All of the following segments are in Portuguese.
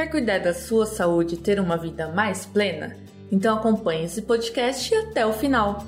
Quer cuidar da sua saúde e ter uma vida mais plena? Então acompanhe esse podcast até o final.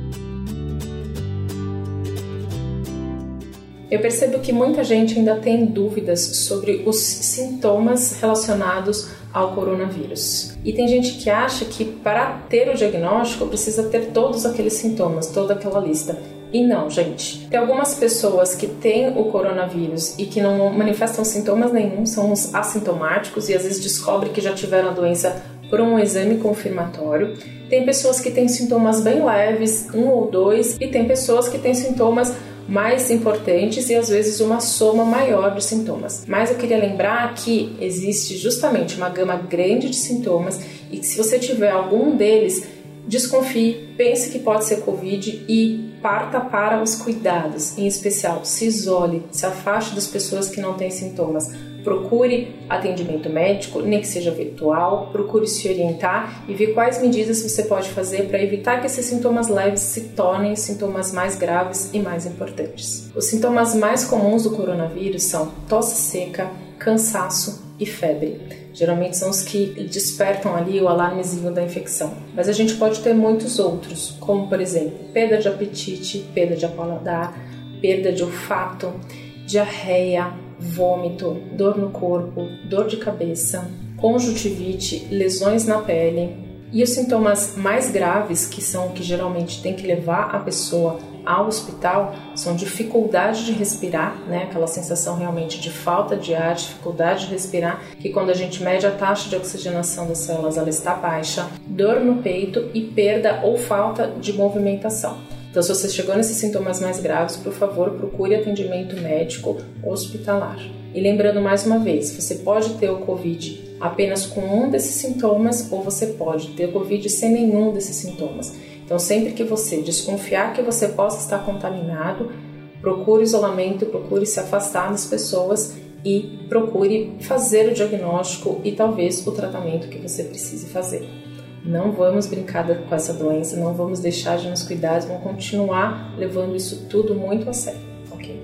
Eu percebo que muita gente ainda tem dúvidas sobre os sintomas relacionados ao coronavírus. E tem gente que acha que para ter o diagnóstico precisa ter todos aqueles sintomas, toda aquela lista. E não, gente. Tem algumas pessoas que têm o coronavírus e que não manifestam sintomas nenhum, são os assintomáticos e às vezes descobrem que já tiveram a doença por um exame confirmatório. Tem pessoas que têm sintomas bem leves, 1 ou 2, e tem pessoas que têm sintomas mais importantes e às vezes uma soma maior de sintomas. Mas eu queria lembrar que existe justamente uma gama grande de sintomas e que se você tiver algum deles, desconfie, pense que pode ser Covid e parta para os cuidados. Em especial, se isole, se afaste das pessoas que não têm sintomas. Procure atendimento médico, nem que seja virtual, procure se orientar e ver quais medidas você pode fazer para evitar que esses sintomas leves se tornem sintomas mais graves e mais importantes. Os sintomas mais comuns do coronavírus são tosse seca, cansaço e febre. Geralmente são os que despertam ali o alarmezinho da infecção. Mas a gente pode ter muitos outros, como por exemplo, perda de apetite, perda de paladar, perda de olfato, diarreia, vômito, dor no corpo, dor de cabeça, conjuntivite, lesões na pele. E os sintomas mais graves, que são o que geralmente tem que levar a pessoa ao hospital, são dificuldade de respirar, né? Aquela sensação realmente de falta de ar, dificuldade de respirar, que quando a gente mede a taxa de oxigenação das células, ela está baixa, dor no peito e perda ou falta de movimentação. Então, se você chegou nesses sintomas mais graves, por favor, procure atendimento médico hospitalar. E lembrando mais uma vez, você pode ter o Covid apenas com um desses sintomas ou você pode ter o Covid sem nenhum desses sintomas. Então, sempre que você desconfiar que você possa estar contaminado, procure isolamento, procure se afastar das pessoas e procure fazer o diagnóstico e talvez o tratamento que você precise fazer. Não vamos brincar com essa doença, não vamos deixar de nos cuidar, vamos continuar levando isso tudo muito a sério, ok?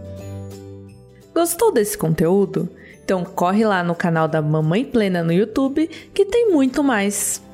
Gostou desse conteúdo? Então corre lá no canal da Mamãe Plena no YouTube que tem muito mais.